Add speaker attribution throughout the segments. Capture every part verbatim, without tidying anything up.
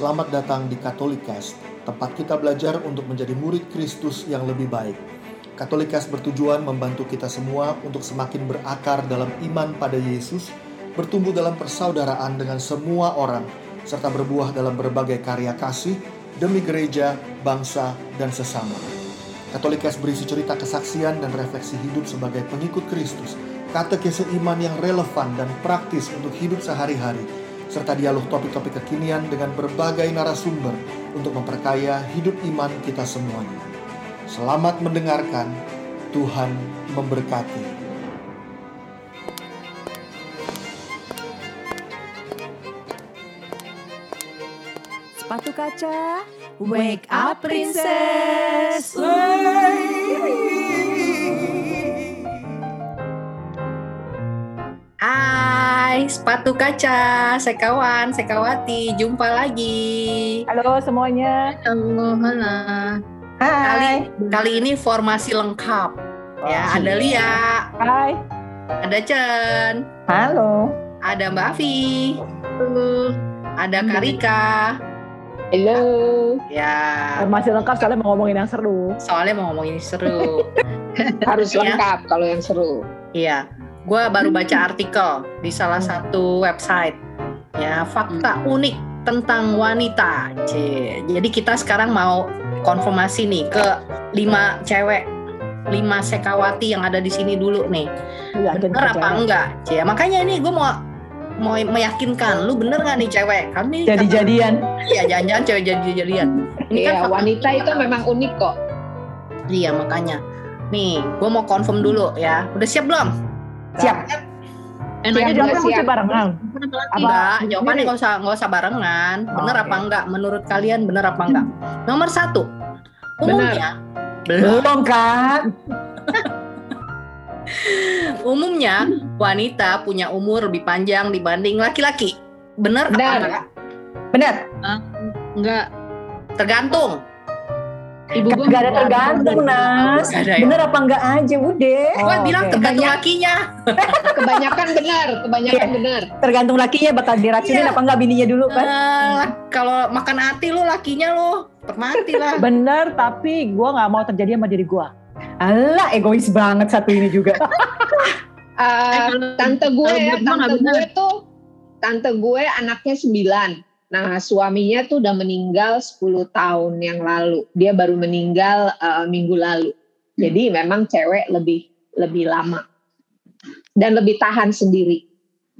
Speaker 1: Selamat datang di Katolikas, tempat kita belajar untuk menjadi murid Kristus yang lebih baik. Katolikas bertujuan membantu kita semua untuk semakin berakar dalam iman pada Yesus, bertumbuh dalam persaudaraan dengan semua orang, serta berbuah dalam berbagai karya kasih demi gereja, bangsa, dan sesama. Katolikas berisi cerita kesaksian dan refleksi hidup sebagai pengikut Kristus, katekese iman yang relevan dan praktis untuk hidup sehari-hari, serta dialog topik-topik kekinian dengan berbagai narasumber untuk memperkaya hidup iman kita semuanya. Selamat mendengarkan, Tuhan memberkati.
Speaker 2: Sepatu kaca, wake up princess.
Speaker 3: Hai, sepatu kaca, sekawan, sekawati, jumpa lagi.
Speaker 4: Halo semuanya.
Speaker 3: Halo, halo. Kali, kali ini formasi lengkap. Ya, ada Lia.
Speaker 4: Hai.
Speaker 3: Ada Chen.
Speaker 4: Halo.
Speaker 3: Ada Mbak Afi. Halo. Ada Karika.
Speaker 4: Halo.
Speaker 3: Ya.
Speaker 4: Formasi lengkap soalnya mau ngomongin yang seru.
Speaker 3: Soalnya mau ngomongin seru.
Speaker 5: Harus lengkap kalau yang seru.
Speaker 3: Iya. Gue baru baca artikel di salah satu website. Ya, fakta unik tentang wanita. Cie. Jadi kita sekarang mau konfirmasi nih ke lima cewek, lima sekawati yang ada di sini dulu nih.
Speaker 4: Ya,
Speaker 3: bener apa enggak? Cie. Makanya ini gue mau mau meyakinkan, lu bener nggak nih cewek? Kami
Speaker 4: jadi-jadian.
Speaker 3: Iya, jangan-jangan cewek jadi-jadian. Ini
Speaker 5: iya,
Speaker 3: kan
Speaker 5: wanita itu memang unik kok.
Speaker 3: Iya, makanya. Nih, gue mau confirm dulu ya. Udah siap belum?
Speaker 4: Siap. Enaknya jawabnya mesti barengan.
Speaker 3: Enggak, jawabannya nggak usah nggak usah barengan. Bener
Speaker 4: oh,
Speaker 3: apa
Speaker 4: okay.
Speaker 3: enggak? Menurut kalian bener apa enggak? Nomor satu, umumnya
Speaker 4: belum kan?
Speaker 3: Umumnya wanita punya umur lebih panjang dibanding laki-laki. Bener apa enggak?
Speaker 4: Bener.
Speaker 3: Uh, enggak. Tergantung.
Speaker 4: Ibu gue gak ada tergantung, Nas.
Speaker 3: Ada, ya?
Speaker 4: Bener apa enggak aja, udah.
Speaker 3: Oh, gue bilang okay. Tergantung lakinya.
Speaker 5: Kebanyakan benar, kebanyakan yeah. benar.
Speaker 4: Tergantung lakinya bakal diracunin yeah. apa enggak bininya dulu kan?
Speaker 3: Uh, kalau makan hati lu lakinya lu mati lah.
Speaker 4: Bener, tapi gue nggak mau terjadi sama diri gue. Alah, egois banget satu ini juga.
Speaker 5: uh, tante gue ya, tante gue tuh, tante gue anaknya sembilan. Nah, suaminya tuh udah meninggal sepuluh tahun yang lalu. Dia baru meninggal uh, minggu lalu. Jadi hmm. memang cewek lebih lebih lama dan lebih tahan sendiri.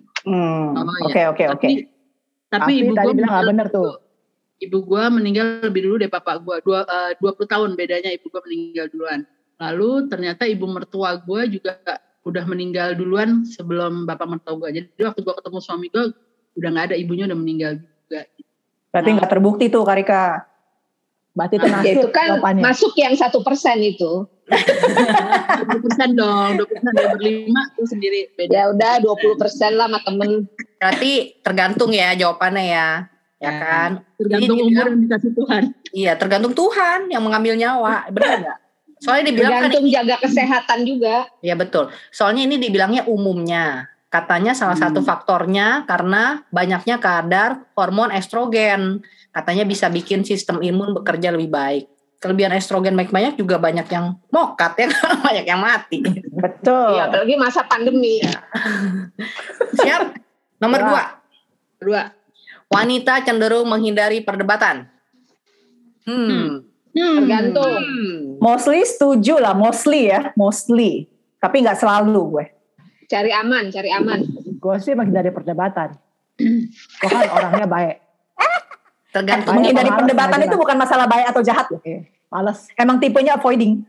Speaker 4: Oke oke oke.
Speaker 6: Tapi ibu gue
Speaker 4: bilang nggak bener tuh.
Speaker 6: Ibu gue meninggal lebih dulu deh bapak gue. Dua, uh, dua puluh tahun bedanya ibu gue meninggal duluan. Lalu ternyata ibu mertua gue juga udah meninggal duluan sebelum bapak mertua gue. Jadi waktu gue ketemu suami gue udah nggak ada, ibunya udah meninggal.
Speaker 4: Berarti nggak nah. terbukti tuh Karika. Berarti itu
Speaker 5: nah, nasib itu kan jawabannya. Masuk yang satu persen itu.
Speaker 6: dua puluh persen dong, dua puluh persen dari berlima itu sendiri beda.
Speaker 5: Ya udah dua puluh persen lah sama temen.
Speaker 3: Berarti tergantung ya jawabannya ya. Ya kan?
Speaker 6: Tergantung Jadi, umur yang dikasih Tuhan.
Speaker 3: Iya, tergantung Tuhan yang mengambil nyawa. Benar enggak? Soalnya dibilang
Speaker 5: tergantung
Speaker 3: kan,
Speaker 5: jaga kesehatan juga.
Speaker 3: Iya betul. Soalnya ini dibilangnya umumnya. Katanya salah hmm. satu faktornya karena banyaknya kadar hormon estrogen. Katanya bisa bikin sistem imun bekerja lebih baik. Kelebihan estrogen banyak-banyak juga banyak yang mokat ya, banyak yang mati.
Speaker 4: Betul.
Speaker 5: Iya, apalagi masa pandemi.
Speaker 3: Ya. Siap. Nomor dua. dua.
Speaker 5: Dua.
Speaker 3: Wanita cenderung menghindari perdebatan. Hmm.
Speaker 5: hmm. Tergantung.
Speaker 4: Hmm. Mostly setuju lah, mostly ya, mostly. Tapi nggak selalu gue.
Speaker 5: Cari aman, cari aman.
Speaker 4: Gue sih menghindari perdebatan. Gue kan orangnya baik.
Speaker 3: Tergantung.
Speaker 4: Menghindari perdebatan itu bukan masalah baik atau jahat. Oke. Males. Emang tipenya avoiding.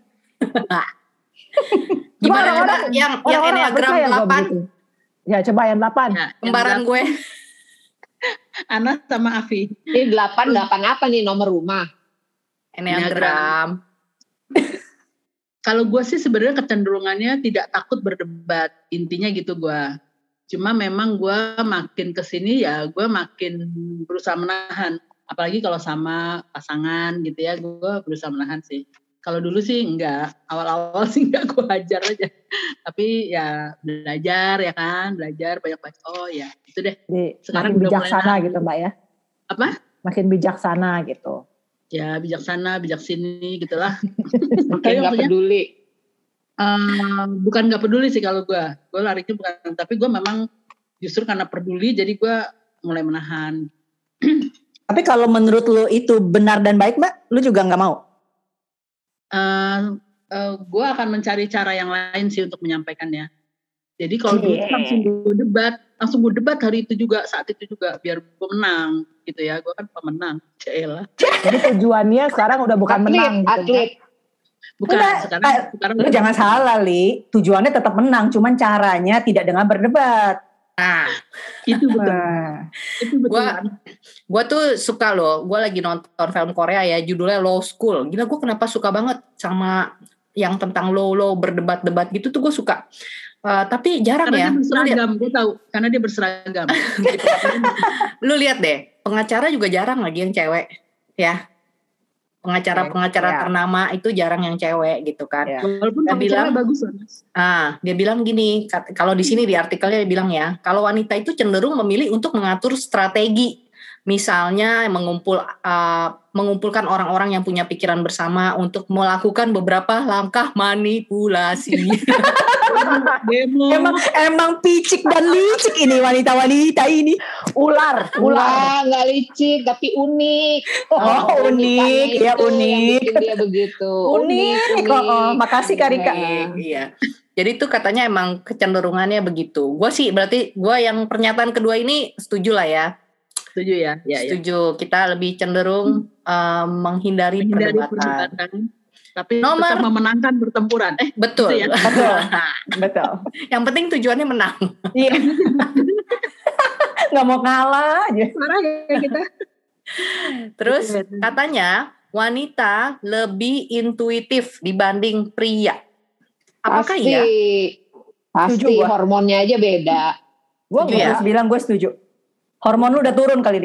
Speaker 3: Gimana orang, yang yang Enneagram delapan?
Speaker 4: Ya coba yang delapan.
Speaker 3: Ya, kembaran gue.
Speaker 6: Anas sama Afi.
Speaker 5: Ini delapan, delapan apa nih nomor rumah?
Speaker 3: Enneagram.
Speaker 6: Kalau gue sih sebenarnya kecenderungannya tidak takut berdebat, intinya gitu gue. Cuma memang gue makin kesini ya gue makin berusaha menahan. Apalagi kalau sama pasangan gitu ya, gue berusaha menahan sih. Kalau dulu sih enggak, awal-awal sih enggak, gue hajar aja. Tapi ya belajar ya kan, belajar banyak baca. Oh ya, itu deh.
Speaker 4: Jadi, sekarang bijaksana gitu Mbak ya.
Speaker 6: Apa?
Speaker 4: makin bijaksana gitu.
Speaker 6: Ya bijaksana, bijak sini gitulah.
Speaker 5: Makin nggak peduli.
Speaker 6: Uh, bukan nggak peduli sih kalau gue, gue larinya bukan, tapi gue memang justru karena peduli, jadi gue mulai menahan.
Speaker 7: Tapi kalau menurut lu itu benar dan baik, Mbak, lu juga nggak mau?
Speaker 6: Uh, uh, gue akan mencari cara yang lain sih untuk menyampaikannya. Jadi kalau yeah. dulu langsung gue debat, langsung gue debat hari itu juga, saat itu juga, biar gue menang gitu ya. Gue kan pemenang, Cela.
Speaker 4: Jadi tujuannya sekarang udah bukan
Speaker 5: atlet,
Speaker 4: menang gitu.
Speaker 5: Atlet.
Speaker 6: Bukan,
Speaker 7: Enggak,
Speaker 6: sekarang,
Speaker 7: eh,
Speaker 6: sekarang
Speaker 7: lu jangan salah, Li. Tujuannya tetap menang, cuman caranya tidak dengan berdebat.
Speaker 3: Nah,
Speaker 6: itu betul.
Speaker 7: Nah.
Speaker 6: Itu betul.
Speaker 3: Gua, gua tuh suka loh. Gua lagi nonton film Korea ya, judulnya Law School. Gila, gua kenapa suka banget sama yang tentang law-law berdebat-debat gitu tuh gue suka. Uh, tapi jarang
Speaker 6: karena
Speaker 3: ya.
Speaker 6: Dia berseragam, gue tahu. Karena dia berseragam.
Speaker 3: Lu lihat deh, pengacara juga jarang lagi yang cewek, ya. Pengacara-pengacara
Speaker 4: ya.
Speaker 3: ternama itu jarang yang cewek gitu kan.
Speaker 4: Ya.
Speaker 6: Walaupun
Speaker 3: dia bilang
Speaker 6: bagus lah.
Speaker 3: Ah, dia bilang gini, kalau di sini di artikelnya dia bilang ya, kalau wanita itu cenderung memilih untuk mengatur strategi. Misalnya mengumpul uh, mengumpulkan orang-orang yang punya pikiran bersama untuk melakukan beberapa langkah manipulasi.
Speaker 7: emang emang picik dan licik ini wanita-wanita ini.
Speaker 4: Ular,
Speaker 5: ular nggak licik tapi unik.
Speaker 7: Oh, oh unik, ya unik.
Speaker 5: Dia begitu.
Speaker 7: Unik, unik. Oh, oh. Makasih Karika.
Speaker 3: Iya. Jadi tuh katanya emang kecenderungannya begitu. Gue sih berarti gue yang pernyataan kedua ini setuju lah ya.
Speaker 6: Setuju ya, ya
Speaker 3: setuju. Ya. Kita lebih cenderung uh, menghindari, menghindari perdebatan. perdebatan.
Speaker 6: Tapi
Speaker 3: nomor
Speaker 6: tetap memenangkan pertempuran.
Speaker 3: Eh betul,
Speaker 6: gitu ya?
Speaker 7: betul, betul.
Speaker 3: Yang penting tujuannya menang.
Speaker 7: Iya. Nggak mau kalah aja.
Speaker 6: Marah ya kita.
Speaker 3: Terus katanya wanita lebih intuitif dibanding pria. Apakah
Speaker 5: pasti,
Speaker 3: iya?
Speaker 5: Pasti hormonnya aja beda.
Speaker 7: Gue harus bilang gue setuju. Hormon lu udah turun kali, Di.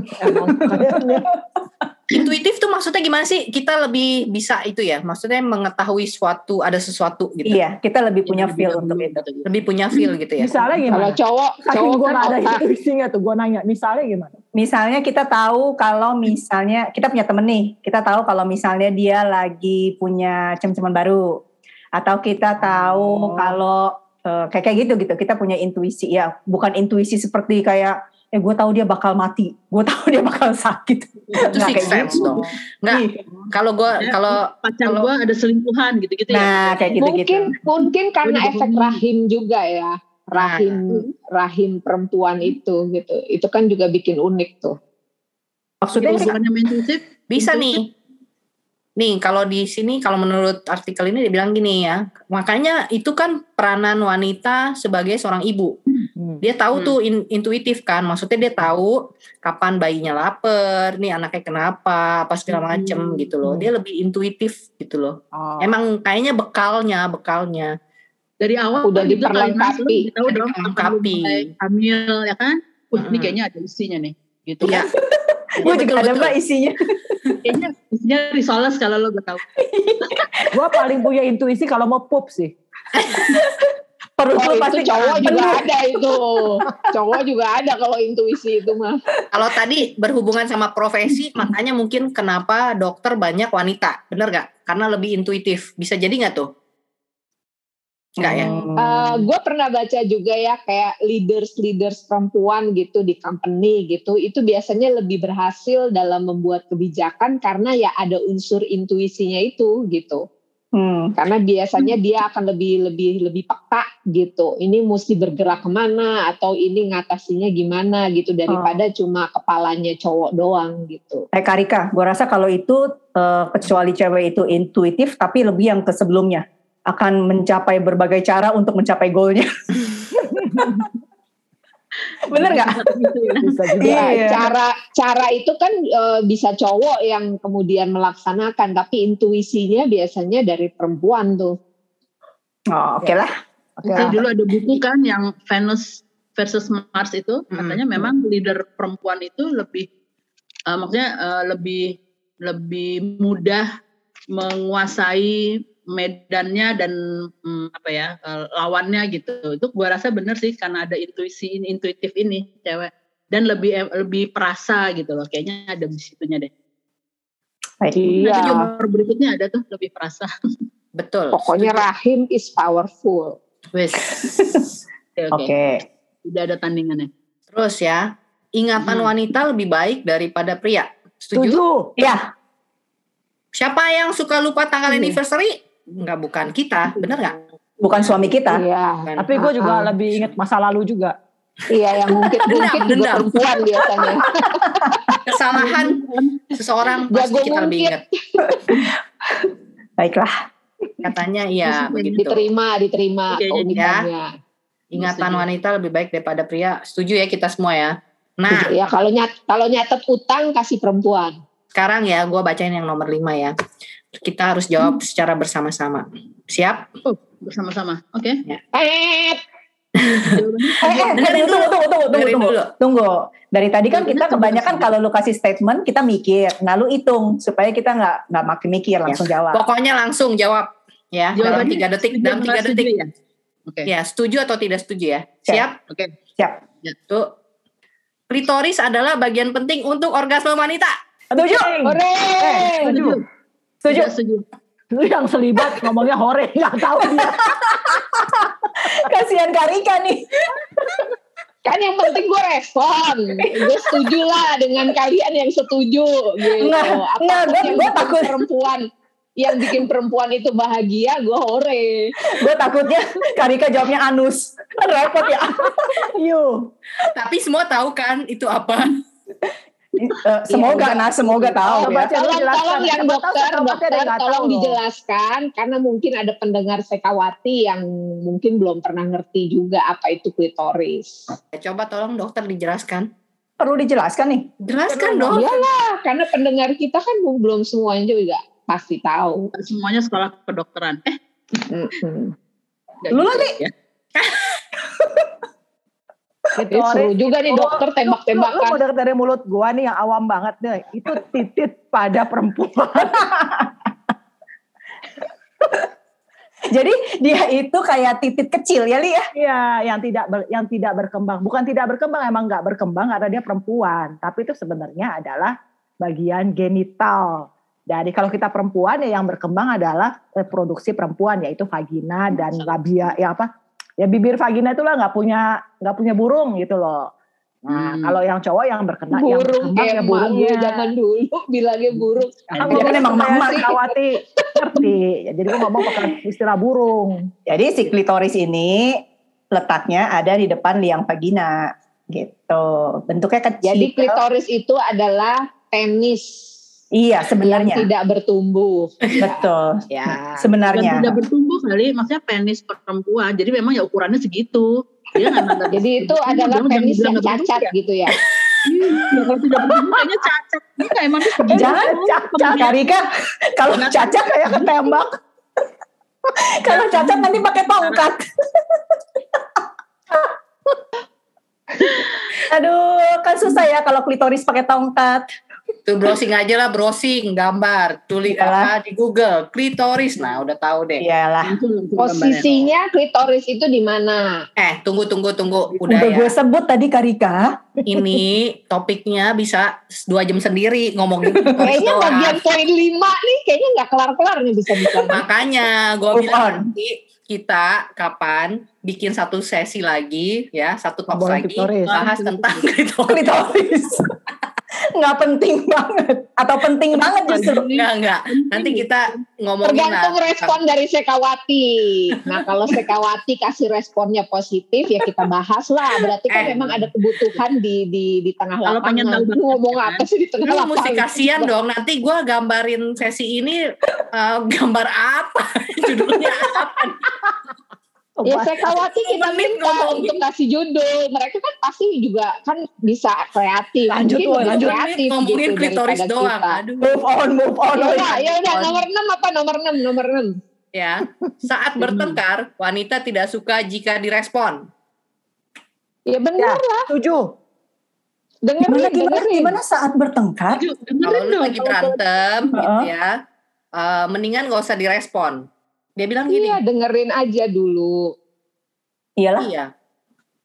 Speaker 3: Intuitif tuh maksudnya gimana sih? Kita lebih bisa itu ya, maksudnya mengetahui suatu, ada sesuatu gitu.
Speaker 7: Iya, kita lebih punya feel untuk itu.
Speaker 3: Lebih punya feel gitu ya.
Speaker 4: Misalnya gimana?
Speaker 5: Kalau cowok,
Speaker 4: cowok gue
Speaker 5: kan
Speaker 4: gak ada intuisi gak tuh, gue nanya. Misalnya gimana?
Speaker 7: Misalnya kita tahu kalau misalnya, kita punya temen nih, kita tahu kalau misalnya dia lagi punya cem-ceman baru. Atau kita tahu oh. kalau uh, kayak kayak gitu gitu, kita punya intuisi ya, bukan intuisi seperti kayak eh gue tahu dia bakal mati, gue tahu dia bakal sakit.
Speaker 3: Itu sih sense dong. Nggak, kalau gue
Speaker 6: ya,
Speaker 3: kalau
Speaker 6: pacar gue ada selingkuhan gitu-gitu
Speaker 7: nah, ya. Nah kayak gitu-gitu.
Speaker 5: Mungkin mungkin karena efek rahim juga ya, rahim nah. rahim perempuan itu gitu, itu kan juga bikin unik tuh.
Speaker 3: Maksudnya bukannya intuitif? Bisa nih. Nih kalau di sini kalau menurut artikel ini dia bilang gini ya, makanya itu kan peranan wanita sebagai seorang ibu. Hmm. Dia tahu hmm. tuh in, intuitif kan, maksudnya dia tahu kapan bayinya lapar, nih anaknya kenapa, apa segala macem hmm. gitu loh. Dia lebih intuitif gitu loh. Oh. Emang kayaknya bekalnya, bekalnya
Speaker 6: dari awal
Speaker 5: udah diperlengkapi,
Speaker 6: tahu dong
Speaker 3: dilengkapi.
Speaker 6: Hamil ya kan? Wah hmm. ini kayaknya ada isinya nih, gitu
Speaker 3: ya.
Speaker 7: Gue juga ada mbak isinya.
Speaker 6: Kayaknya isinya risoles kalau lo gak tahu.
Speaker 4: Gue paling punya intuisi kalau mau pup sih.
Speaker 5: Perut oh, pasti cowok juga ada itu. Cowok juga ada kalau intuisi itu mah.
Speaker 3: Kalau tadi berhubungan sama profesi, makanya mungkin kenapa dokter banyak wanita, bener gak? Karena lebih intuitif. Bisa jadi gak tuh? Enggak ya?
Speaker 5: Uh, gue pernah baca juga ya kayak leaders-leaders perempuan gitu di company gitu, itu biasanya lebih berhasil dalam membuat kebijakan karena ya ada unsur intuisinya itu gitu. Hmm. Karena biasanya dia akan lebih lebih lebih peka gitu. Ini mesti bergerak kemana atau ini ngatasinya gimana gitu daripada oh. cuma kepalanya cowok doang gitu.
Speaker 7: Eh Karika, gue rasa kalau itu uh, kecuali cewek itu intuitif, tapi lebih yang ke sebelumnya. Akan mencapai berbagai cara untuk mencapai goalnya. Bener gak?
Speaker 5: Bisa juga. Iya. Cara cara itu kan e, bisa cowok yang kemudian melaksanakan, tapi intuisinya biasanya dari perempuan tuh.
Speaker 7: Oh, oke okay lah.
Speaker 6: Okay lah. Dulu ada buku kan yang Venus versus Mars itu, hmm. katanya memang leader perempuan itu lebih, uh, maksudnya uh, lebih lebih mudah menguasai medannya dan hmm, apa ya lawannya gitu. Itu gua rasa bener sih karena ada intuisi ini, intuitif ini cewek. dan lebih lebih perasa gitu loh. Kayaknya ada di situnya deh.
Speaker 5: Iya.
Speaker 6: Nanti nomor berikutnya ada tuh lebih perasa.
Speaker 3: Betul.
Speaker 5: Pokoknya
Speaker 3: setuju.
Speaker 5: rahim is powerful.
Speaker 3: Wes.
Speaker 6: Oke.
Speaker 7: Oke.
Speaker 6: Okay. Udah ada tandingannya.
Speaker 3: Terus ya, ingatan
Speaker 6: Hmm.
Speaker 3: wanita lebih baik daripada pria. Setuju?
Speaker 4: Setuju.
Speaker 7: Ya,
Speaker 3: Siapa yang suka lupa tanggal
Speaker 6: Hmm.
Speaker 3: anniversary? Enggak, bukan kita. Bener nggak?
Speaker 7: bukan suami kita.
Speaker 5: Iya.
Speaker 3: Bukan.
Speaker 4: Tapi gue juga
Speaker 5: Ah, ah.
Speaker 4: lebih inget masa lalu juga.
Speaker 5: Iya, yang mungkin mungkin
Speaker 3: Dendam,
Speaker 5: juga
Speaker 3: dendam.
Speaker 5: perempuan biasanya.
Speaker 3: Kesalahan seseorang pasti
Speaker 5: Jago
Speaker 3: kita lebih
Speaker 5: ngungkit.
Speaker 3: ingat.
Speaker 7: Baiklah.
Speaker 3: Katanya iya begitu.
Speaker 5: Diterima, diterima
Speaker 6: Oke, jadi
Speaker 5: keunikannya.
Speaker 3: Ingatan
Speaker 6: Setuju.
Speaker 3: wanita lebih baik daripada pria. Setuju ya kita semua ya. Nah,
Speaker 5: Ya kalau nyat kalau nyatet utang kasih perempuan.
Speaker 3: sekarang ya gue bacain yang nomor lima ya. Kita harus jawab secara bersama-sama. Siap?
Speaker 6: Oh, bersama-sama. Oke.
Speaker 5: Eh,
Speaker 6: Jawabannya
Speaker 7: Eh, eh,
Speaker 3: Dengerin
Speaker 7: tunggu, tunggu, tunggu, tunggu,
Speaker 3: Dengerin
Speaker 7: tunggu,
Speaker 3: dulu.
Speaker 7: tunggu. Dari tadi kan
Speaker 6: Jawabannya
Speaker 7: kita
Speaker 6: tunggu
Speaker 7: kebanyakan
Speaker 6: dulu.
Speaker 7: kalau lu kasih statement kita mikir, nah lu hitung supaya kita nggak nggak makin mikir langsung jawab.
Speaker 3: Pokoknya langsung jawab ya dalam
Speaker 6: jawabannya
Speaker 3: tiga detik.
Speaker 6: setuju
Speaker 3: Dalam
Speaker 6: apa
Speaker 3: tiga
Speaker 6: nggak
Speaker 3: detik.
Speaker 6: setuju ya? Oke.
Speaker 3: Ya, setuju atau tidak setuju ya?
Speaker 7: Siap.
Speaker 3: Siap?
Speaker 6: Oke.
Speaker 7: Siap.
Speaker 3: Tuh. Klitoris adalah bagian penting untuk orgasme wanita.
Speaker 7: Setuju.
Speaker 5: hore.
Speaker 4: Eh, setuju.
Speaker 7: Setuju.
Speaker 6: Tidak setuju.
Speaker 4: Lu yang selibat ngomongnya hore, nggak tahu dia.
Speaker 7: Kasihan Karika nih.
Speaker 5: Kan yang penting gue respon. Gue setuju lah dengan kalian yang setuju gitu.
Speaker 7: Nggak,
Speaker 5: Apapun
Speaker 7: nggak, gue-
Speaker 5: yang
Speaker 7: gue
Speaker 5: bikin
Speaker 7: takut.
Speaker 5: perempuan yang bikin perempuan itu bahagia, gue hore.
Speaker 7: Gue takutnya Karika jawabnya anus. Kan repot ya.
Speaker 4: Yuk.
Speaker 3: Tapi semua tahu kan itu apa?
Speaker 7: Eh, semoga, nah semoga tahu
Speaker 4: Coba
Speaker 7: ya.
Speaker 4: coba
Speaker 5: Tolong,
Speaker 4: jelaskan.
Speaker 5: tolong yang
Speaker 4: Siapa tahu
Speaker 5: dokter,
Speaker 4: Sekawati ada
Speaker 5: dokter,
Speaker 4: yang nggak
Speaker 5: tolong
Speaker 4: tahu loh.
Speaker 5: dijelaskan karena mungkin ada pendengar Sekawati yang mungkin belum pernah ngerti juga apa itu klitoris.
Speaker 3: Coba tolong dokter dijelaskan.
Speaker 7: Perlu dijelaskan nih.
Speaker 3: Jelaskan dong.
Speaker 5: Iyalah, karena pendengar kita kan belum semuanya juga pasti tahu.
Speaker 6: Semuanya sekolah kedokteran. Eh,
Speaker 5: Mm-mm.
Speaker 6: nggak
Speaker 7: Lu
Speaker 6: gitu
Speaker 7: nanti.
Speaker 6: ya.
Speaker 5: Ini seru juga nih dokter
Speaker 4: Lu mau
Speaker 5: tembak-tembakan.
Speaker 4: denger dari mulut gua nih yang awam banget deh. Itu titit pada perempuan.
Speaker 7: Jadi dia itu kayak titik kecil ya Li ya.
Speaker 4: Iya, yang tidak ber- yang tidak berkembang. Bukan tidak berkembang, emang nggak berkembang karena dia perempuan. Tapi itu sebenarnya adalah bagian genital. Jadi kalau kita perempuan ya yang berkembang adalah reproduksi perempuan yaitu vagina dan labia ya apa? Ya bibir vagina itulah nggak punya nggak punya burung gitu loh. Nah
Speaker 6: Hmm.
Speaker 4: kalau yang cowok yang berkena yang
Speaker 5: Burung
Speaker 4: berkembang ya
Speaker 5: kayak emak gue
Speaker 4: burungnya.
Speaker 5: zaman dulu bilangnya burung.
Speaker 4: Aku
Speaker 7: Dia kan emang
Speaker 4: supaya
Speaker 7: emak.
Speaker 4: si Kawati ngerti. Ya, jadi gue ngomong pakai istilah burung.
Speaker 7: Jadi si klitoris ini letaknya ada di depan liang vagina gitu. Bentuknya kecil.
Speaker 5: Jadi klitoris itu adalah penis
Speaker 7: Iya
Speaker 5: yang
Speaker 7: sebenarnya.
Speaker 5: tidak bertumbuh.
Speaker 7: Betul.
Speaker 3: Ya.
Speaker 6: Bukan
Speaker 7: Sebenarnya.
Speaker 6: tidak bertumbuh kali, maksudnya penis perempuan. Jadi memang ya ukurannya segitu. Dia nggak nanda-
Speaker 5: Jadi itu
Speaker 6: Dia
Speaker 5: adalah
Speaker 6: bilang
Speaker 5: penis
Speaker 6: jangan
Speaker 5: yang
Speaker 6: bilang
Speaker 5: cacat
Speaker 6: bertumbuh
Speaker 5: gitu ya.
Speaker 6: ya. Iya, kalau tidak bertumbuh kayaknya cacat. Iya, emang dia segitu.
Speaker 7: Jangan cacat Karika. Kalau cacat kayak ketembak. Kalau cacat nanti pakai tongkat. Aduh, kan susah ya kalau klitoris pakai tongkat.
Speaker 3: Tuh browsing aja lah, browsing gambar, tulis
Speaker 7: Iyalah.
Speaker 3: apa di Google, klitoris. Nah, udah tahu deh.
Speaker 7: Iyalah.
Speaker 6: Langsung, langsung gambarnya.
Speaker 5: Posisinya klitoris itu di mana?
Speaker 3: Eh, tunggu tunggu tunggu. Udah
Speaker 7: Udah
Speaker 3: ya.
Speaker 7: gue sebut tadi Karika.
Speaker 3: Ini topiknya bisa dua jam sendiri ngomongin klitoris
Speaker 5: Kayaknya
Speaker 3: doang.
Speaker 5: bagian poin lima nih kayaknya nggak kelar-kelar nih bisa-bisa.
Speaker 3: Makanya gue
Speaker 7: Move
Speaker 3: bilang
Speaker 7: on.
Speaker 3: nanti kita kapan bikin satu sesi lagi ya, satu talk
Speaker 4: Ngomongin
Speaker 3: lagi
Speaker 4: klitoris.
Speaker 3: bahas tentang klitoris.
Speaker 7: Klitoris. Nggak penting banget. Atau penting banget justru.
Speaker 3: Enggak, enggak. Nanti kita ngomongin
Speaker 5: Tergantung
Speaker 3: lah.
Speaker 5: respon dari Sekawati. Nah kalau Sekawati kasih responnya positif ya kita bahas lah. Berarti kan
Speaker 3: Eh.
Speaker 5: memang ada kebutuhan di di di tengah
Speaker 6: Kalau pengen
Speaker 5: lapangan.
Speaker 6: tahu
Speaker 5: Lu
Speaker 6: banget,
Speaker 5: ngomong
Speaker 6: kan?
Speaker 5: apa sih di tengah
Speaker 3: Lu
Speaker 5: lapangan?
Speaker 3: mesti kasihan dong. Nanti gue gambarin sesi ini eh, gambar apa? Judulnya apa?
Speaker 5: Ya Sekawati kita
Speaker 3: Menit
Speaker 5: minta
Speaker 3: ngomongin.
Speaker 5: untuk kasih judul. Mereka kan pasti juga kan bisa kreatif.
Speaker 7: Lanjut,
Speaker 5: Mungkin
Speaker 7: woy,
Speaker 5: lebih
Speaker 7: lanjut.
Speaker 5: kreatif
Speaker 3: Ngomongin
Speaker 5: gitu
Speaker 3: klitoris
Speaker 5: daripada
Speaker 3: doang.
Speaker 5: kita.
Speaker 3: Aduh.
Speaker 7: Move on, move on.
Speaker 5: Ya
Speaker 7: woy.
Speaker 5: udah, ya udah nomor enam apa nomor enam? Nomor enam.
Speaker 3: Ya, saat bertengkar wanita tidak suka jika direspon.
Speaker 5: Ya benar lah.
Speaker 4: Setuju.
Speaker 5: Dengerin,
Speaker 7: Gimana, gimana,
Speaker 5: dengerin.
Speaker 7: gimana saat bertengkar?
Speaker 6: Setuju,
Speaker 3: Kalau
Speaker 6: dengerin
Speaker 3: lu
Speaker 6: dong.
Speaker 3: lagi berantem gitu
Speaker 7: Heeh.
Speaker 3: ya, eh, mendingan gak usah direspon. Dia bilang gini,
Speaker 5: Iya, dengerin aja dulu.
Speaker 7: Iyalah.
Speaker 3: iya.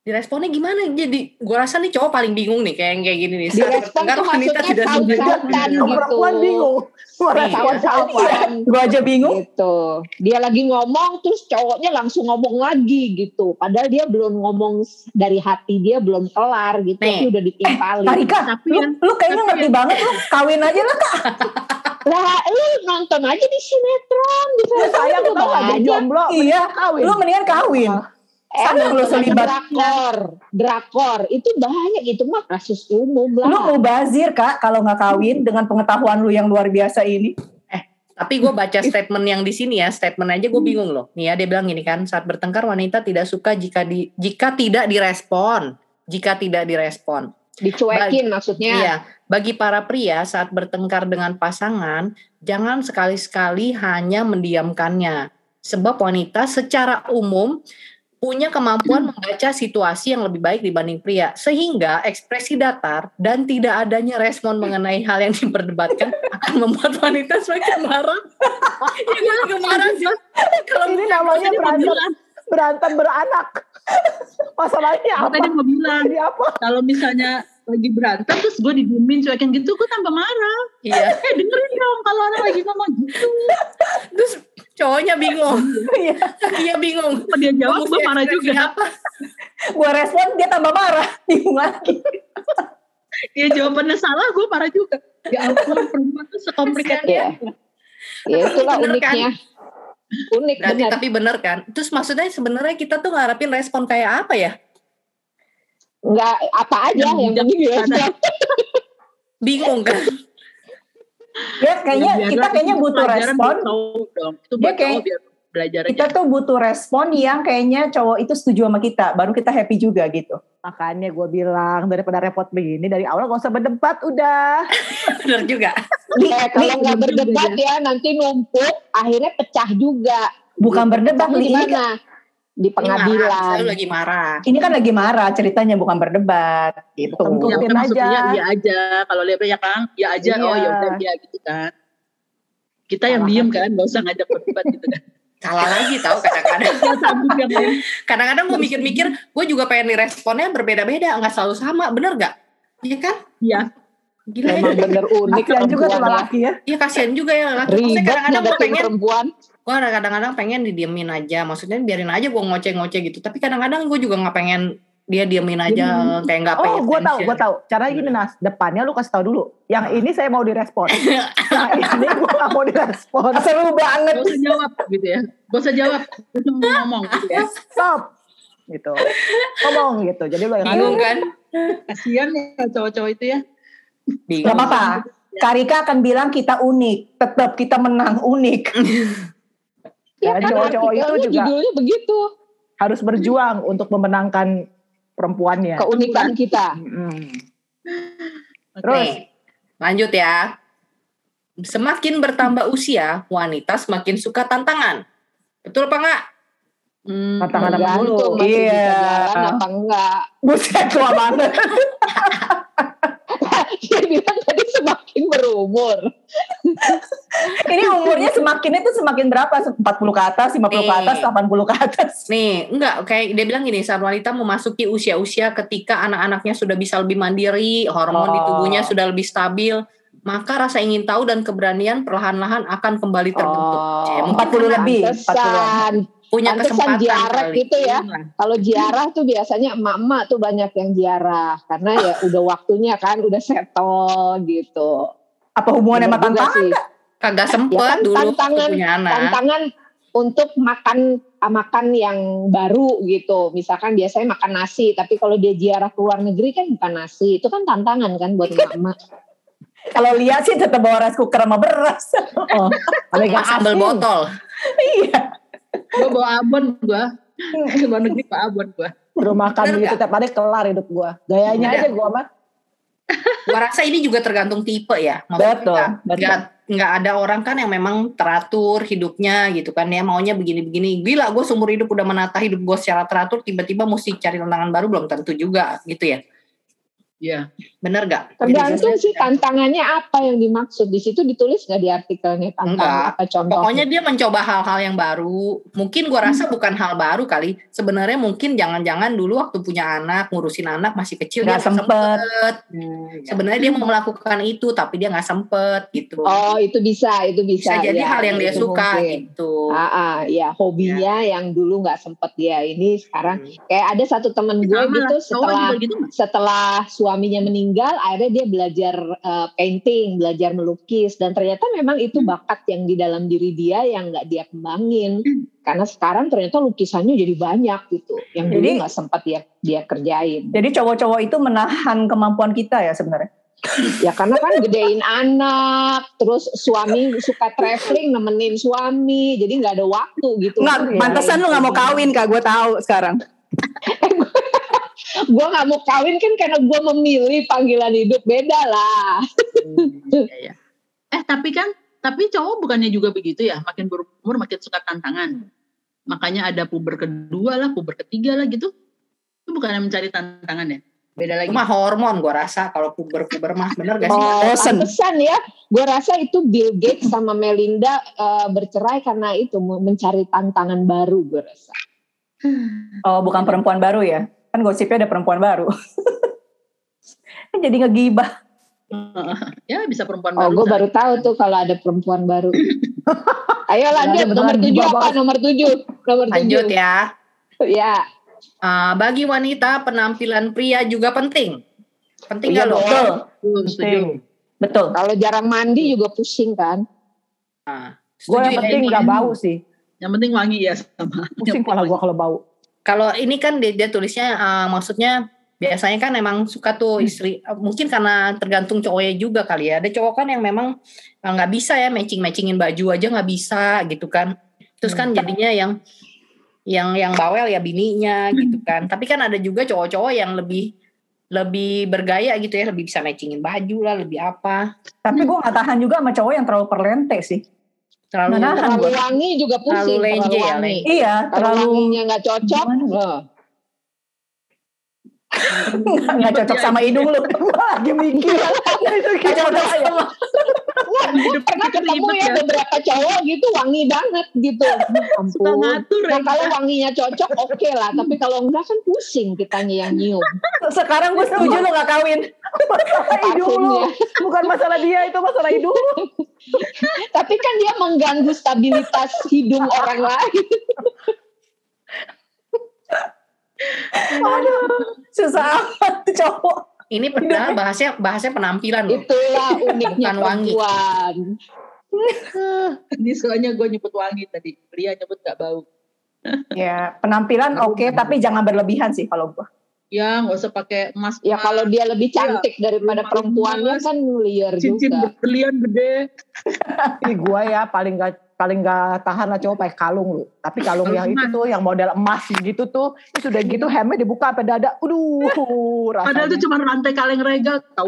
Speaker 3: Diresponnya gimana? Jadi gue rasa nih cowok paling bingung nih kayak yang kayak gini nih.
Speaker 5: Direspon tuh maksudnya saut-sautan gitu.
Speaker 4: Perempuan bingung.
Speaker 3: Iya.
Speaker 5: Saut-sautan.
Speaker 7: Gue aja bingung.
Speaker 5: Gitu. Dia lagi ngomong terus cowoknya langsung ngomong lagi gitu. Padahal dia belum ngomong dari hati, dia belum kelar gitu.
Speaker 3: Nih.
Speaker 5: Tapi udah ditimpalin.
Speaker 7: Kak Rika,
Speaker 6: Tapi
Speaker 7: lu,
Speaker 6: yang-
Speaker 7: lu kayaknya
Speaker 6: tapi
Speaker 7: ngerti
Speaker 6: yang-
Speaker 7: banget lu. Kawin aja lah Kak.
Speaker 5: Lah, lu nonton aja di sinetron di film
Speaker 4: Saya
Speaker 5: juga
Speaker 4: tahu ada
Speaker 5: banyak.
Speaker 4: jomblo,
Speaker 7: Iya,
Speaker 4: kawin.
Speaker 7: lu mendingan kawin.
Speaker 5: Eh,
Speaker 7: Sama lu
Speaker 5: nonton aja
Speaker 7: selibat.
Speaker 5: drakor, drakor itu banyak, itu mah kasus umum lah.
Speaker 7: Lu mau bazir Kak kalau nggak kawin dengan pengetahuan lu yang luar biasa ini.
Speaker 3: Tapi gue baca statement yang di sini ya, statement aja gue bingung loh. Nih ya dia bilang gini kan, saat bertengkar wanita tidak suka jika di jika tidak direspon, jika tidak direspon.
Speaker 5: Dicuekin maksudnya.
Speaker 3: Iya, bagi para pria saat bertengkar dengan pasangan, jangan sekali-sekali hanya mendiamkannya. Sebab wanita secara umum punya kemampuan membaca situasi yang lebih baik dibanding pria. Sehingga ekspresi datar dan tidak adanya respon mengenai hal yang diperdebatkan akan membuat wanita semakin marah. Ya gue juga marah sih. Kalau
Speaker 4: Ini namanya
Speaker 6: Tadi mau
Speaker 4: berantem,
Speaker 6: bilang,
Speaker 4: berantem beranak. Masalahnya
Speaker 6: Gua
Speaker 4: apa?
Speaker 6: tadi mau bilang,
Speaker 4: Jadi apa?
Speaker 6: kalau misalnya lagi berantem terus gue didiemin cuekin gitu, gue tambah marah.
Speaker 3: iya,
Speaker 6: Eh dengerin dong kalau orang lagi ngomong gitu.
Speaker 3: terus cowoknya bingung.
Speaker 7: Iya.
Speaker 3: Iya bingung.
Speaker 6: Kalau dia jawab gue marah
Speaker 3: Ekspresi
Speaker 6: juga.
Speaker 3: apa?
Speaker 7: Gue respon dia tambah marah. Bingung lagi.
Speaker 6: Dia jawabannya salah, gue marah juga. Ya ampun, perempuan tuh sekomplikated.
Speaker 5: Iya. Ya itulah
Speaker 3: Bener kan?
Speaker 5: uniknya. Unik
Speaker 3: Berarti
Speaker 5: benar.
Speaker 3: tapi bener kan? Terus maksudnya sebenarnya kita tuh ngarepin respon kayak apa ya?
Speaker 5: Enggak apa aja
Speaker 6: Yang
Speaker 5: yang penting direspon.
Speaker 3: Bingung kan?
Speaker 7: Ya kayaknya
Speaker 6: Ya, biarlah
Speaker 7: kita kayaknya
Speaker 6: itu
Speaker 7: butuh
Speaker 6: pelajaran
Speaker 7: respon.
Speaker 6: buat cowok dong. Itu
Speaker 7: Dia
Speaker 6: buat
Speaker 7: kayak-
Speaker 6: cowok biar belajar aja.
Speaker 7: Kita tuh butuh respon yang kayaknya cowok itu setuju sama kita. Baru kita happy juga gitu.
Speaker 4: Makanya gue bilang daripada repot begini dari awal gak usah berdebat udah.
Speaker 3: Bener juga.
Speaker 5: Eh, kalau nggak berdebat ya nanti numpuk, akhirnya pecah juga.
Speaker 7: Bukan berdebat,
Speaker 5: Pecahnya di
Speaker 7: Li.
Speaker 5: mana? Di
Speaker 3: Ini marah,
Speaker 5: pengadilan.
Speaker 3: saya lagi marah.
Speaker 7: Ini kan lagi marah ceritanya, bukan berdebat gitu.
Speaker 4: Tentu.
Speaker 6: Ya,
Speaker 4: Ikutin
Speaker 6: kan maksudnya
Speaker 4: aja.
Speaker 6: dia aja. Kalau lihat ya Kang, ya aja. Oh
Speaker 4: Iya.
Speaker 6: ya udah dia gitu kan. Kita yang diem kan, nggak usah ngajak berdebat gitu kan.
Speaker 3: Salah lagi tahu kadang-kadang.
Speaker 6: Dia sambung yang lain.
Speaker 3: Kadang-kadang gue mikir-mikir, gue juga pengen diresponnya berbeda-beda, nggak selalu sama, bener gak? Iya kan?
Speaker 6: Iya.
Speaker 3: Gila ya.
Speaker 5: Memang bener unik
Speaker 4: Kasian juga tuh
Speaker 5: perempuan ya.
Speaker 4: laki ya.
Speaker 3: Iya kasihan juga ya laki. Maksudnya
Speaker 5: Ribet
Speaker 3: kadang-kadang gue
Speaker 5: ngadepin
Speaker 3: pengen,
Speaker 5: perempuan.
Speaker 3: gue kadang-kadang pengen didiemin aja. Maksudnya biarin aja gue ngoceh-ngoceh gitu. Tapi kadang-kadang gue juga nggak pengen dia diemin aja, kayak nggak
Speaker 4: Oh,
Speaker 3: pay
Speaker 4: gue tahu,
Speaker 3: attention.
Speaker 4: gue tahu. Caranya gini Nas, depannya lu kasih tahu dulu. Yang ini saya mau direspon. Yang ini gue gak mau direspon.
Speaker 7: Seru banget.
Speaker 6: Gak usah jawab gitu ya. Gak usah jawab. Gak usah ngomong gitu ya.
Speaker 4: Stop. Gitu. Ngomong gitu. Jadi lu yang
Speaker 3: Bingung kan?
Speaker 6: Kasian ya cowok-cowok itu ya.
Speaker 3: Bingung.
Speaker 7: Gak apa-apa. Karika akan bilang kita unik. Tetap kita menang unik.
Speaker 5: Ya
Speaker 4: Dan
Speaker 5: kan
Speaker 4: cowok-cowok itu
Speaker 5: artikelnya
Speaker 4: juga
Speaker 5: judulnya begitu.
Speaker 4: harus berjuang untuk memenangkan perempuannya.
Speaker 5: Keunikan kita.
Speaker 4: Mm. Terus
Speaker 3: Nih, lanjut ya. Semakin bertambah usia, wanita semakin suka tantangan. Betul apa enggak?
Speaker 6: Hmm,
Speaker 4: Tantangan apa
Speaker 5: Tergantung
Speaker 4: dulu?
Speaker 5: masih bisa
Speaker 7: Iya.
Speaker 5: jalan apa enggak.
Speaker 7: Buset tua banget.
Speaker 5: Dia bilang tadi semakin berumur.
Speaker 7: Ini umurnya semakin itu semakin berapa? empat puluh ke atas, lima puluh ke atas,
Speaker 3: Nih.
Speaker 7: delapan puluh ke atas.
Speaker 3: Nih, enggak, kayak dia bilang gini, saat wanita memasuki usia-usia ketika anak-anaknya sudah bisa lebih mandiri, hormon di
Speaker 7: Oh.
Speaker 3: tubuhnya sudah lebih stabil, maka rasa ingin tahu dan keberanian perlahan-lahan akan kembali terbentuk.
Speaker 5: Oh,
Speaker 3: Cek, mungkin
Speaker 7: empat puluh
Speaker 3: karena
Speaker 7: lebih. empat puluh.
Speaker 5: Pantesan.
Speaker 3: punya
Speaker 5: Pantesan
Speaker 3: kesempatan
Speaker 5: ziarah
Speaker 3: kali.
Speaker 5: gitu ya. Kalau ziarah tuh biasanya emak-emak tuh banyak yang ziarah. Karena ya udah waktunya kan, udah settle gitu.
Speaker 7: Apa hubungannya sama
Speaker 5: Bener juga
Speaker 7: tantangan?
Speaker 5: sih.
Speaker 7: Kak?
Speaker 3: Kagak
Speaker 5: Ya
Speaker 3: sempet
Speaker 5: kan
Speaker 3: dulu
Speaker 5: tantangan,
Speaker 3: punya anak.
Speaker 5: tantangan untuk makan makan yang baru gitu. Misalkan biasanya makan nasi, tapi kalau dia ziarah ke luar negeri kan bukan nasi. Itu kan tantangan kan buat emak-emak.
Speaker 7: Kalau lihat sih tetap bawa rice cooker sama beras.
Speaker 4: oh, ada
Speaker 3: Sama sambal botol.
Speaker 7: Iya.
Speaker 6: Gue bawa abon gue. Ke luar negeri bawa abon gue.
Speaker 4: Belum makan
Speaker 3: Bener
Speaker 4: gitu
Speaker 3: nggak?
Speaker 4: tiap hari kelar hidup gue. Gayanya
Speaker 3: Ada.
Speaker 4: aja gue mah.
Speaker 3: Gua rasa ini juga tergantung tipe ya.
Speaker 7: Betul,
Speaker 3: nggak-
Speaker 7: betul.
Speaker 3: nggak nggak ada orang kan yang memang teratur hidupnya gitu kan ya, maunya begini-begini. Gila, gue seumur hidup udah menata hidup gue secara teratur, tiba-tiba mesti cari tantangan baru belum tentu juga gitu ya.
Speaker 6: Iya.
Speaker 3: Bener gak?
Speaker 5: Tergantung sih tantangannya apa yang dimaksud. Di situ ditulis nggak di artikelnya tantangan
Speaker 3: Enggak.
Speaker 5: apa contohnya?
Speaker 3: Pokoknya dia mencoba hal-hal yang baru. Mungkin gua rasa bukan hal baru kali. Sebenarnya mungkin jangan-jangan dulu waktu punya anak, ngurusin anak masih kecil
Speaker 7: Nggak
Speaker 3: dia nggak
Speaker 7: sempet.
Speaker 3: sempet.
Speaker 6: Hmm, ya.
Speaker 3: Sebenarnya dia mau melakukan itu tapi dia nggak sempet gitu.
Speaker 5: Oh itu bisa, itu bisa.
Speaker 3: Bisa jadi
Speaker 5: ya,
Speaker 3: hal yang dia
Speaker 5: itu
Speaker 3: suka
Speaker 5: mungkin.
Speaker 3: gitu.
Speaker 5: Ah, ah, ya hobinya yang dulu nggak sempet dia ini sekarang
Speaker 3: Hmm.
Speaker 5: kayak ada satu temen gue
Speaker 6: Sama
Speaker 5: gitu
Speaker 6: lah, cowok
Speaker 5: setelah
Speaker 6: juga gitu nggak?
Speaker 5: setelah suaminya meninggal akhirnya dia belajar uh, painting, belajar melukis dan ternyata memang itu bakat yang di dalam diri dia yang nggak dia kembangin karena sekarang ternyata lukisannya jadi banyak gitu yang dulu
Speaker 7: Jadi-
Speaker 5: nggak sempat dia dia kerjain.
Speaker 7: Jadi cowok-cowok itu menahan kemampuan kita ya sebenarnya.
Speaker 5: Ya karena kan gedein anak, terus suami suka traveling nemenin suami, jadi nggak ada waktu gitu.
Speaker 7: Nggak, pantesan lu nggak mau kawin Kak, gue tahu sekarang.
Speaker 5: Gue nggak mau kawin kan karena gue memilih panggilan hidup beda lah.
Speaker 6: Iya, iya. Eh tapi kan, tapi cowok bukannya juga begitu ya? Makin berumur makin suka tantangan. Makanya ada puber kedua lah, puber ketiga lah gitu. Itu bukannya mencari tantangan ya? Beda lagi.
Speaker 3: Itu mah hormon gue rasa kalau puber-puber mah bener gak sih?
Speaker 5: Oh,
Speaker 7: Bosen.
Speaker 5: pantesan ya. Gue rasa itu Bill Gates sama Melinda uh, bercerai karena itu mencari tantangan baru gue rasa.
Speaker 7: Oh, bukan perempuan baru ya? Kan gosipnya ada perempuan baru. Jadi ngegibah.
Speaker 6: Ya bisa perempuan
Speaker 5: Oh,
Speaker 6: baru.
Speaker 5: gue baru tahu tuh kalau ada perempuan baru. Ayo lanjut
Speaker 7: Ada
Speaker 5: nomor
Speaker 7: beneran
Speaker 5: tujuh
Speaker 7: gibah
Speaker 5: apa?
Speaker 7: banget.
Speaker 5: Nomor tujuh. Nomor
Speaker 3: Lanjut
Speaker 5: tujuh.
Speaker 3: ya.
Speaker 5: Ya.
Speaker 3: Uh, bagi wanita penampilan pria juga penting. Penting
Speaker 5: Iya
Speaker 3: gak lo?
Speaker 7: Betul.
Speaker 6: Betul, setuju.
Speaker 7: Betul.
Speaker 5: Kalau jarang mandi juga pusing kan?
Speaker 3: Nah,
Speaker 4: Gue
Speaker 3: setuju
Speaker 4: yang
Speaker 3: ya.
Speaker 4: penting nggak bau sih.
Speaker 6: Yang penting wangi ya sama.
Speaker 4: Pusing kepala gue kalau bau.
Speaker 3: Kalau ini kan dia, dia tulisnya uh, maksudnya biasanya kan emang suka tuh istri uh, mungkin karena tergantung cowoknya juga kali ya. Ada cowok kan yang memang uh, nggak bisa ya matching-matchingin baju aja nggak bisa gitu kan. Terus kan jadinya yang yang yang bawel ya bininya gitu kan. Tapi kan ada juga cowok-cowok yang lebih lebih bergaya gitu ya, lebih bisa matchingin baju lah, lebih apa.
Speaker 7: Tapi gue gak tahan juga sama cowok yang terlalu perlente sih.
Speaker 3: Terlalu
Speaker 7: Nah,
Speaker 5: Terlalu
Speaker 7: gua.
Speaker 5: wangi juga pusing.
Speaker 3: Terlalu lenje ya,
Speaker 5: wangi.
Speaker 3: lenje.
Speaker 7: Iya,
Speaker 5: Kalau
Speaker 7: terlalu
Speaker 5: wanginya nggak cocok,
Speaker 7: Gimana?
Speaker 5: loh.
Speaker 7: nggak nggak cocok sama hidung lu.
Speaker 4: Lagi mikir. Itu
Speaker 7: Nggak cocok sama.
Speaker 5: Wah, gue
Speaker 6: Hidup
Speaker 5: pernah
Speaker 6: kita
Speaker 5: ketemu
Speaker 6: ribet
Speaker 5: ya
Speaker 6: ya.
Speaker 5: beberapa cowok gitu wangi banget gitu.
Speaker 6: Suka
Speaker 5: Ampun.
Speaker 6: ngatur
Speaker 5: Nah
Speaker 6: ya.
Speaker 5: kalau wanginya cocok oke lah, tapi kalau enggak kan pusing kitanya yang nyium.
Speaker 7: Sekarang gue setuju lu gak kawin.
Speaker 4: masalah hidung lu.
Speaker 5: Parfumnya.
Speaker 4: Bukan masalah dia, itu masalah hidung lu.
Speaker 5: Tapi kan dia mengganggu stabilitas hidung orang lain.
Speaker 7: Susah amat tuh cowok.
Speaker 3: ini padahal bahasnya bahasnya penampilan loh.
Speaker 5: Itulah uniknya
Speaker 3: Bukan wangi.
Speaker 5: perempuan.
Speaker 6: Ini soalnya gue nyebut wangi tadi. Ria nyebut gak bau.
Speaker 7: Ya, penampilan oke, tapi jangan berlebihan sih kalau gue.
Speaker 6: Ya nggak usah pakai emas.
Speaker 5: Ya kalau dia lebih cantik daripada
Speaker 6: Emas.
Speaker 5: perempuannya kan liar
Speaker 6: cincin
Speaker 5: juga.
Speaker 6: berlian gede.
Speaker 4: Ini gue ya paling gak paling gak tahan lah cowok pakai kalung lu. Tapi kalung
Speaker 6: Kalung
Speaker 4: yang itu
Speaker 6: emas.
Speaker 4: tuh yang model emas gitu tuh, itu udah gitu hemnya dibuka sampai dada. Aduh,
Speaker 6: Padahal itu
Speaker 4: rasanya.
Speaker 6: cuma rantai kaleng regal. Tahu?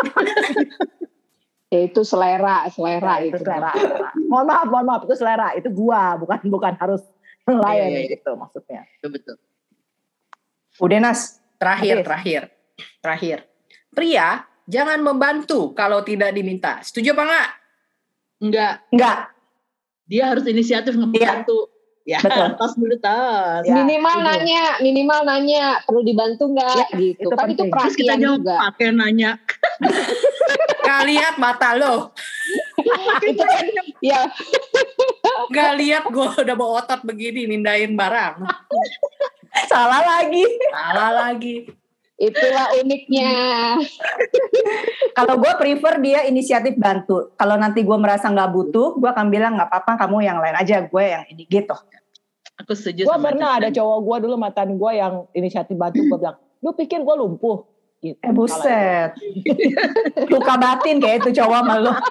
Speaker 5: Ya itu selera, selera
Speaker 4: Nah, itu
Speaker 5: itu.
Speaker 4: selera. Mohon maaf, mohon maaf itu selera. Itu gua, bukan bukan harus yang lain
Speaker 6: Iya, iya, iya.
Speaker 4: gitu maksudnya.
Speaker 6: Betul betul.
Speaker 7: Udah Nas.
Speaker 3: Terakhir,
Speaker 4: Oke.
Speaker 3: terakhir, terakhir. Pria jangan membantu kalau tidak diminta. Setuju apa enggak?
Speaker 6: Enggak.
Speaker 7: Enggak.
Speaker 6: Dia harus inisiatif ngebantu. Ya,
Speaker 7: Betul.
Speaker 6: tas dulu tas.
Speaker 4: Ya,
Speaker 5: minimal
Speaker 4: itu.
Speaker 5: nanya, minimal nanya perlu dibantu nggak
Speaker 4: Ya,
Speaker 5: gitu.
Speaker 4: itu
Speaker 5: Kan itu
Speaker 4: penting.
Speaker 6: Terus kita
Speaker 5: perhatian
Speaker 6: jawab
Speaker 5: juga.
Speaker 6: pakai nanya.
Speaker 3: Gak lihat mata lo,
Speaker 5: Itu kan ya
Speaker 3: gak lihat gue udah bawa otot begini mindahin barang.
Speaker 7: Salah lagi.
Speaker 3: Salah lagi.
Speaker 5: itulah uniknya.
Speaker 7: Kalau gue prefer dia inisiatif bantu. Kalau nanti gue merasa nggak butuh, gue akan bilang nggak apa-apa, kamu yang lain aja, gue yang ini gitu.
Speaker 6: Aku setuju
Speaker 4: Gue
Speaker 6: sama
Speaker 4: pernah
Speaker 6: Chan.
Speaker 4: ada cowok gue dulu mantan gue yang inisiatif bantu, gue bilang, lu pikir gue lumpuh? Gitu.
Speaker 7: Eh buset. Luka batin kayak itu cowok sama lu.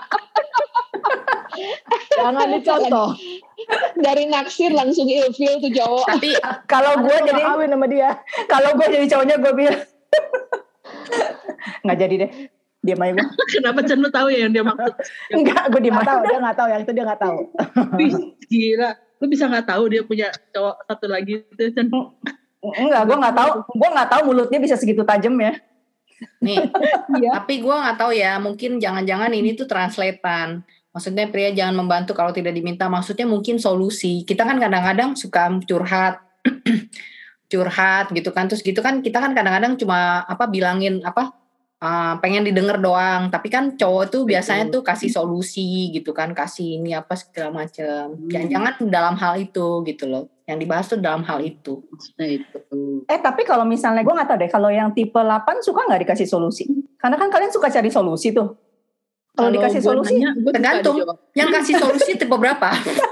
Speaker 4: Jangan dicontoh.
Speaker 5: Dari naksir langsung ilfil tuh cowok.
Speaker 3: Tapi
Speaker 7: Kalau gue
Speaker 4: Gue
Speaker 7: jadi
Speaker 4: kawin sama dia.
Speaker 7: kalau gue jadi cowoknya gue bilang nggak jadi deh. Diam aja gue.
Speaker 6: Kenapa Chan lu tahu ya yang dia maksud?
Speaker 7: Enggak, gue diam
Speaker 4: Gak
Speaker 7: aja.
Speaker 4: tahu, dia gak tahu, yang itu dia gak tahu.
Speaker 6: Wih, gila. Lu bisa nggak tahu dia punya cowok satu lagi itu Chan?
Speaker 7: Enggak, gue nggak tahu. Gue nggak tahu mulutnya bisa segitu tajam ya.
Speaker 3: Nih,
Speaker 5: Iya.
Speaker 3: tapi gue nggak tahu ya, mungkin jangan-jangan ini tuh translatean. Maksudnya pria jangan membantu kalau tidak diminta. Maksudnya mungkin solusi. Kita kan kadang-kadang suka curhat, curhat gitu kan. Terus gitu kan kita kan kadang-kadang cuma apa bilangin apa uh, pengen didengar doang. Tapi kan cowok tuh biasanya tuh kasih solusi gitu kan, kasih ini apa segala macam.
Speaker 6: Hmm.
Speaker 3: Jangan-jangan dalam hal itu gitu loh. Yang dibahas tuh dalam hal itu.
Speaker 6: Maksudnya itu.
Speaker 7: Eh tapi kalau misalnya gue nggak tahu deh, kalau yang tipe delapan suka nggak dikasih solusi? Karena kan kalian suka cari solusi tuh. Kalau dikasih
Speaker 6: gua
Speaker 7: solusi,
Speaker 6: nanya, gua suka
Speaker 3: Tergantung.
Speaker 6: dijawab.
Speaker 3: Yang kasih solusi tipe berapa?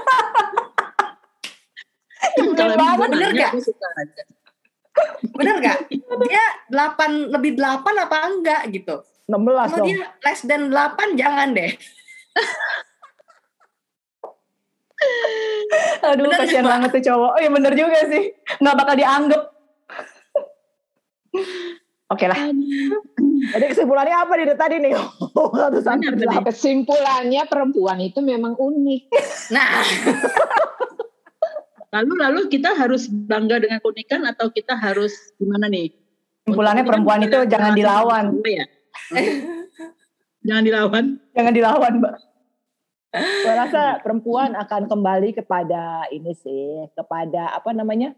Speaker 6: Kalau emang gua
Speaker 3: Bener
Speaker 6: nanya,
Speaker 3: nggak?
Speaker 6: gua suka aja.
Speaker 3: Bener gak? Dia delapan lebih delapan apa enggak gitu.
Speaker 4: enam belas
Speaker 3: Kalau
Speaker 4: dong.
Speaker 3: dia less than delapan jangan deh.
Speaker 7: aduh
Speaker 3: Bener
Speaker 7: kasihan
Speaker 3: nggak?
Speaker 7: banget tuh cowok. Oh iya bener juga sih, nggak bakal dianggap. Oke lah.
Speaker 4: Jadi kesimpulannya apa nih dari tadi nih? Satu sampai
Speaker 6: Benar,
Speaker 4: delapan.
Speaker 5: Kesimpulannya perempuan itu memang unik.
Speaker 3: Nah,
Speaker 6: Lalu lalu kita harus bangga dengan keunikan atau kita harus gimana nih?
Speaker 7: Kesimpulannya
Speaker 6: Untuk
Speaker 7: perempuan
Speaker 6: ini
Speaker 7: itu
Speaker 6: kan
Speaker 7: jangan
Speaker 6: relasi
Speaker 7: dilawan.
Speaker 6: sama ya? Jangan dilawan.
Speaker 7: Jangan dilawan, Mbak.
Speaker 4: Saya rasa perempuan akan kembali kepada ini sih, kepada apa namanya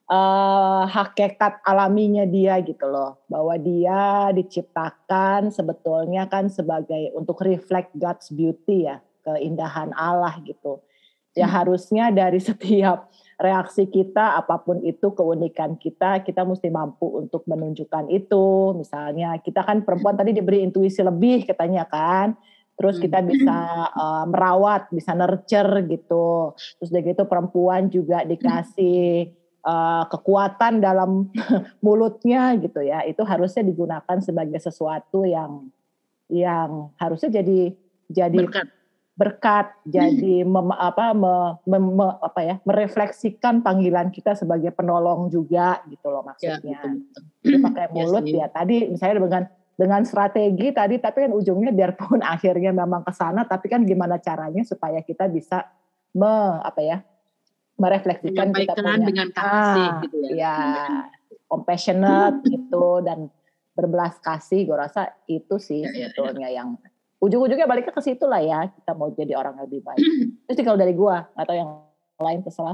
Speaker 4: eh, hakikat alaminya dia gitu loh, bahwa dia diciptakan sebetulnya kan sebagai untuk reflect God's beauty ya, keindahan Allah gitu. Ya harusnya dari setiap reaksi kita apapun itu keunikan kita, kita mesti mampu untuk menunjukkan itu. Misalnya kita kan perempuan tadi diberi intuisi lebih katanya kan. Terus kita bisa uh, merawat, bisa nurture gitu. Terus udah gitu perempuan juga dikasih uh, kekuatan dalam mulutnya gitu ya. Itu harusnya digunakan sebagai sesuatu yang yang harusnya jadi jadi
Speaker 6: Berkat.
Speaker 4: berkat, jadi mem, apa me, me, me, apa ya merefleksikan panggilan kita sebagai penolong juga gitu loh
Speaker 6: Ya,
Speaker 4: maksudnya.
Speaker 6: betul, betul.
Speaker 4: Jadi pakai
Speaker 6: Iya
Speaker 4: mulut
Speaker 6: sih.
Speaker 4: ya tadi misalnya dengan dengan strategi tadi, tapi kan ujungnya biarpun akhirnya memang ke sana, tapi kan gimana caranya supaya kita bisa me apa ya merefleksikan kita
Speaker 6: Menyampaikan
Speaker 4: punya
Speaker 6: dengan kasih
Speaker 4: ah,
Speaker 6: gitu ya.
Speaker 4: ya compassionate gitu dan berbelas kasih. Gue rasa itu sih
Speaker 6: Ya, ya, ya.
Speaker 4: sebetulnya yang ujung-ujungnya baliknya ke situ lah ya, kita mau jadi orang yang lebih baik. Terus sih kalau dari gue, nggak tahu yang lain terserah.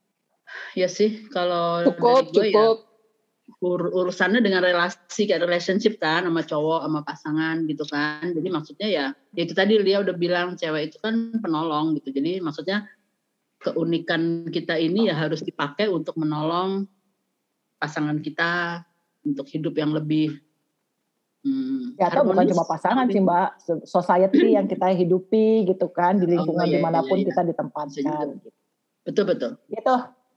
Speaker 6: Ya sih, kalau
Speaker 5: Cukup,
Speaker 6: dari gue
Speaker 5: cukup.
Speaker 6: ya ur- urusannya dengan relasi kayak relationship kan sama cowok sama pasangan gitu kan. Jadi maksudnya ya, ya itu tadi dia udah bilang cewek itu kan penolong gitu. Jadi maksudnya keunikan kita ini ya harus dipakai untuk menolong pasangan kita untuk hidup yang lebih hmm,
Speaker 4: Ya atau bukan
Speaker 6: harmonis.
Speaker 4: cuma pasangan sih Mbak, society yang kita hidupi gitu kan, di lingkungan
Speaker 6: Oh, iya,
Speaker 4: dimanapun
Speaker 6: iya, iya.
Speaker 4: kita
Speaker 6: Bisa
Speaker 4: ditempatkan.
Speaker 6: juga. Betul betul.
Speaker 4: Gitu.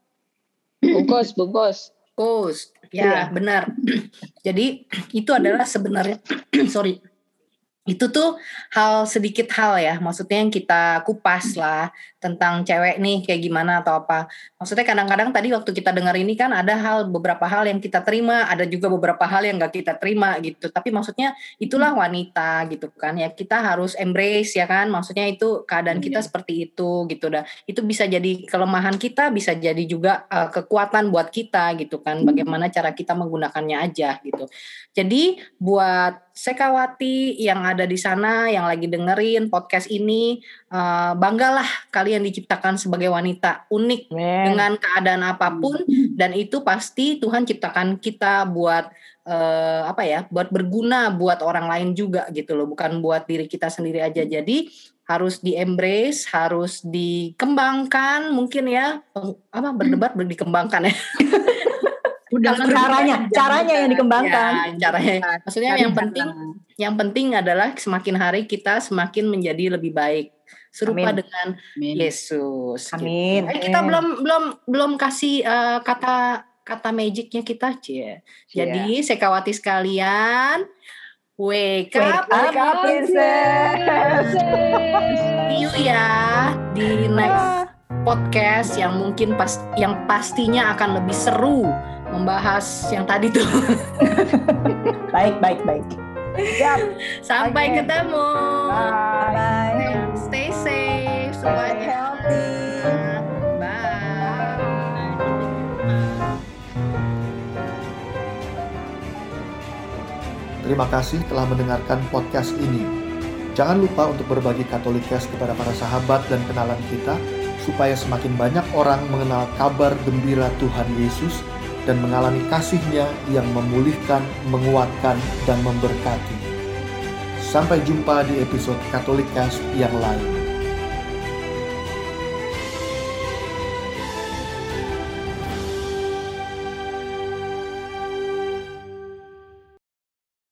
Speaker 5: Bungkus, bungkus.
Speaker 3: Kus,
Speaker 4: Iya.
Speaker 3: ya benar. Jadi itu adalah sebenarnya, sorry, itu tuh hal sedikit hal ya, maksudnya yang kita kupas lah tentang cewek nih kayak gimana atau apa. Maksudnya kadang-kadang tadi waktu kita dengar ini kan ada hal beberapa hal yang kita terima, ada juga beberapa hal yang gak kita terima gitu. Tapi maksudnya itulah wanita gitu kan ya, kita harus embrace ya kan. Maksudnya itu keadaan
Speaker 6: Hmm,
Speaker 3: kita
Speaker 6: ya.
Speaker 3: seperti itu gitu dah. Itu bisa jadi kelemahan kita, bisa jadi juga uh, kekuatan buat kita gitu kan. Bagaimana cara kita menggunakannya aja gitu. Jadi buat Sekawati yang ada di sana, yang lagi dengerin podcast ini, uh, banggalah kalian diciptakan sebagai wanita unik
Speaker 4: Men.
Speaker 3: dengan keadaan apapun, dan itu pasti Tuhan ciptakan kita buat uh, apa ya, buat berguna buat orang lain juga gitu loh, bukan buat diri kita sendiri aja. Jadi harus di embrace, harus dikembangkan mungkin ya, Peng- apa berdebat dikembangkan ya.
Speaker 6: Udah
Speaker 3: Kalau
Speaker 6: kan
Speaker 7: caranya,
Speaker 6: jangan
Speaker 7: caranya yang
Speaker 6: lupa.
Speaker 7: dikembangkan.
Speaker 3: Ya, caranya. Maksudnya
Speaker 6: Cari
Speaker 3: yang
Speaker 6: cara.
Speaker 3: penting, yang penting adalah semakin hari kita semakin menjadi lebih baik, serupa
Speaker 7: Amin.
Speaker 3: dengan
Speaker 6: Amin.
Speaker 3: Yesus.
Speaker 7: Amin.
Speaker 3: Gitu. Eh, kita belum belum belum kasih uh, kata kata magicnya kita, Cie. Jadi Sekawati sekalian, wake up,
Speaker 7: Wake up, princess.
Speaker 3: see you ya di next podcast yang mungkin pas yang pastinya akan lebih seru membahas yang tadi tuh.
Speaker 7: Baik, baik, baik.
Speaker 4: Siap.
Speaker 3: Sampai
Speaker 4: Oke.
Speaker 3: ketemu.
Speaker 4: Bye.
Speaker 7: Bye.
Speaker 3: Stay safe semuanya.
Speaker 1: Terima kasih telah mendengarkan podcast ini. Jangan lupa untuk berbagi Katolikast kepada para sahabat dan kenalan kita, supaya semakin banyak orang mengenal kabar gembira Tuhan Yesus dan mengalami kasih-Nya yang memulihkan, menguatkan, dan memberkati. Sampai jumpa di episode Katolikast yang lain.